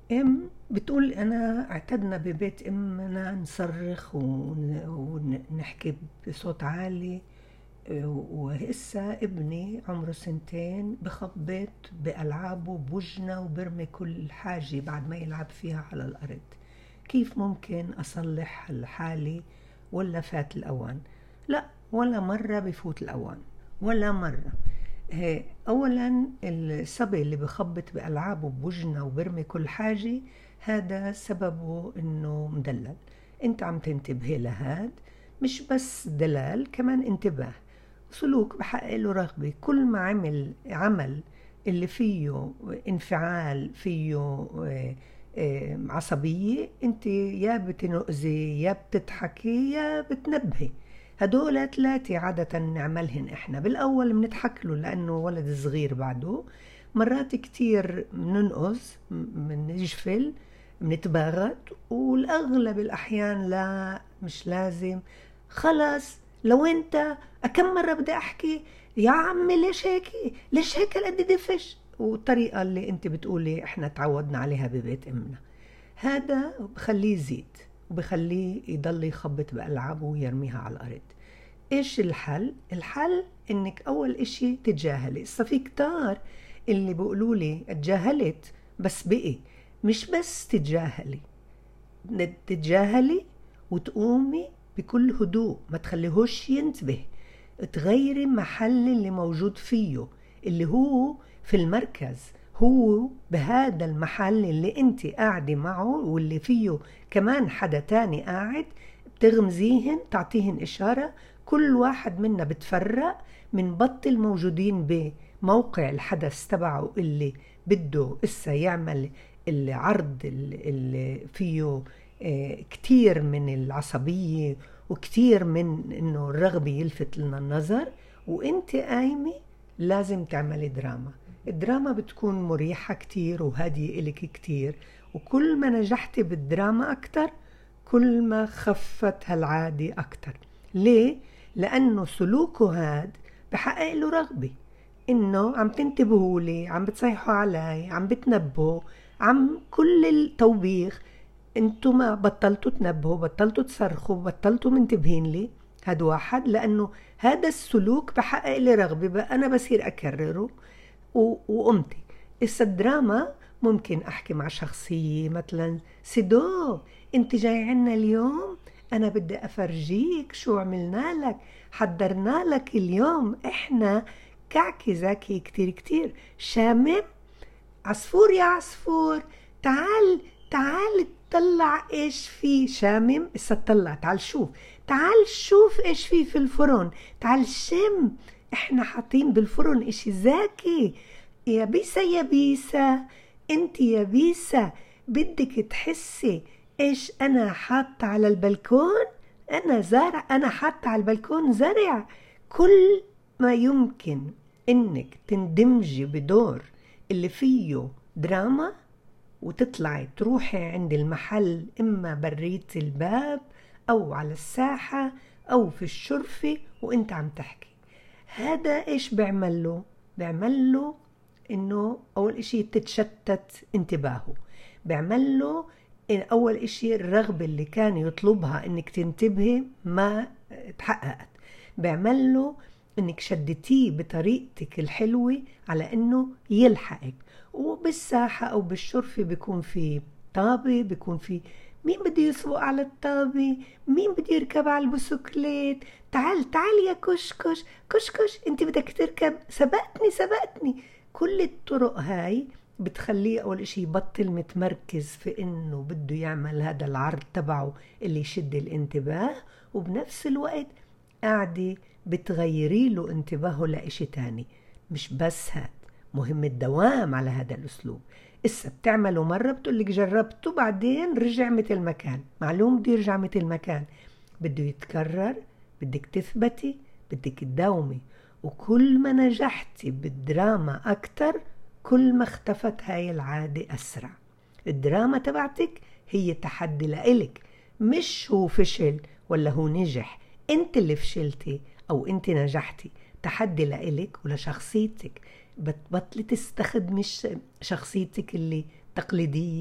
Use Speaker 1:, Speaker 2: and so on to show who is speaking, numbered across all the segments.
Speaker 1: ام بتقول انا اعتدنا ببيت امنا نصرخ ونحكي بصوت عالي. وهسه ابني عمره 2 بخبط بألعابه بوجنا وبرمي كل حاجة بعد ما يلعب فيها على الأرض. كيف ممكن أصلح حالي؟ ولا فات الأوان؟ لا، ولا مرة بفوت الأوان، ولا مرة. أولا الصبي اللي بخبط بألعابه بوجنا وبرمي كل حاجة، هذا سببه إنه مدلل. أنت عم تنتبه لهاد، مش بس دلال، كمان انتباه. سلوك بحقق له رغبة. كل ما عمل اللي فيه انفعال، فيه عصبية، انت يا بتنقزي يا بتضحكي يا بتنبهي. هدول 3 عادة نعملهن احنا. بالاول بنضحك له لانه ولد صغير بعده. مرات كتير بننقز، بنجفل، بنتباغت، والاغلب الاحيان لا، مش لازم. خلص، لو انت كم مرة بدي احكي يا عمي ليش هيك؟ ليش هيك هالقد دفش؟ والطريقة اللي انت بتقولي احنا تعودنا عليها ببيت امنا، هذا بخليه يزيد وبخليه يضل يخبط بألعابه ويرميها على الأرض. ايش الحل؟ الحل انك اول اشي تتجاهلي. هسه في كتار اللي بيقولوا لي اتجاهلت بس بقي. مش بس تتجاهلي وتقومي بكل هدوء، ما تخليهوش ينتبه. تغيري محل اللي موجود فيه، اللي هو في المركز. هو بهذا المحل اللي انت قاعدة معه واللي فيه كمان حدا تاني قاعد، بتغمزيهن، تعطيهن إشارة. كل واحد منا بتفرق، من بطل موجودين بموقع الحدث تبعه اللي بده إسا يعمل العرض اللي فيه كتير من العصبية وكتير من انه الرغبة يلفت لنا النظر. وانت قايمة لازم تعملي دراما. الدراما بتكون مريحة كتير وهادية إلك كتير. وكل ما نجحتي بالدراما أكتر، كل ما خفت هالعادة أكتر. ليه؟ لأنه سلوكه هاد بحقق له رغبة. إنه عم تنتبهوا لي، عم بتصيحوا علي، عم بتنبهوا، عم كل التوبيخ. انتوا ما بطلتوا تنبهوا، بطلتوا تصرخوا، بطلتوا منتبهين لي. هاد واحد، لأنه هذا السلوك بحقق لي رغبة، بقى أنا بصير أكرره وقمتي. إسا الدراما ممكن أحكي مع شخصية مثلا: سيدو، انت جاي عنا اليوم، أنا بدي أفرجيك شو عملنا لك. حضرنا لك اليوم إحنا كعكة زاكي كتير كتير. شامم؟ عصفور يا عصفور، تعال تعال طلع ايش في. شامم؟ اسا طلع، تعال شوف، تعال شوف ايش في الفرن، تعال شم، احنا حاطين بالفرن اشي زاكي. يا بيسا يا بيسا، انت يا بيسا بدك تحسي ايش انا حاطة على البلكون؟ انا زارع، انا حاطة على البلكون زرع. كل ما يمكن انك تندمجي بدور اللي فيه دراما، وتطلعي تروحي عند المحل، إما بريت الباب أو على الساحة أو في الشرفة وإنت عم تحكي. هذا إيش بيعمل له؟ بيعمل له إنه أول إشي تتشتت انتباهه. بيعمل له إن أول إشي الرغبة اللي كان يطلبها إنك تنتبهي ما تحققت. بيعمل له إنك شدتيه بطريقتك الحلوة على إنه يلحقك. وبالساحة أو بالشرفة بيكون في طابة، بيكون في مين بده يسوق على الطابة، مين بده يركب على البسكليت. تعال تعال يا كشكش، كشكش انت بدك تركب، سبقتني سبقتني. كل الطرق هاي بتخليه أول إشي يبطل متمركز في إنه بده يعمل هذا العرض تبعه اللي يشد الانتباه. وبنفس الوقت قاعدة بتغيري له انتباهه لإشي تاني. مش بس هاد، مهم الدوام على هذا الأسلوب. إسا بتعمله مرة بتقولك جربته، بعدين رجع مثل ما كان. معلوم بده يرجع مثل ما كان، بده يتكرر. بدك تثبتي، بدك تداومي. وكل ما نجحتي بالدراما أكتر، كل ما اختفت هاي العادة أسرع. الدراما تبعتك هي تحدي لإلك، مش هو فشل ولا هو نجح. انت اللي فشلتي أو انت نجحتي. تحدي لإلك ولشخصيتك. بتبطلي تستخدمي شخصيتك اللي تقليدية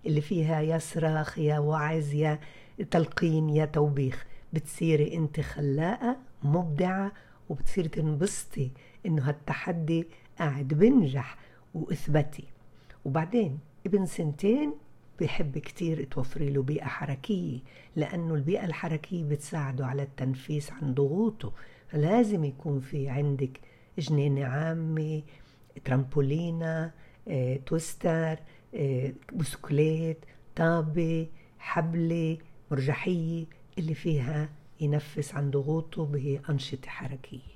Speaker 1: اللي فيها يا صراخ يا وعظ يا تلقين يا توبيخ، بتصيري انت خلاقة مبدعة، وبتصيري تنبسطي انه هالتحدي قاعد بنجح واثبتي. وبعدين ابن سنتين بيحب كتير توفري له بيئة حركية، لأنه البيئة الحركية بتساعده على التنفيس عن ضغوطه، فلازم يكون في عندك جنينة عامة، ترامبولينا، تويستر، بسكليت، طابة، حبلة، مرجحية اللي فيها ينفس عن ضغوطه بأنشطة حركية.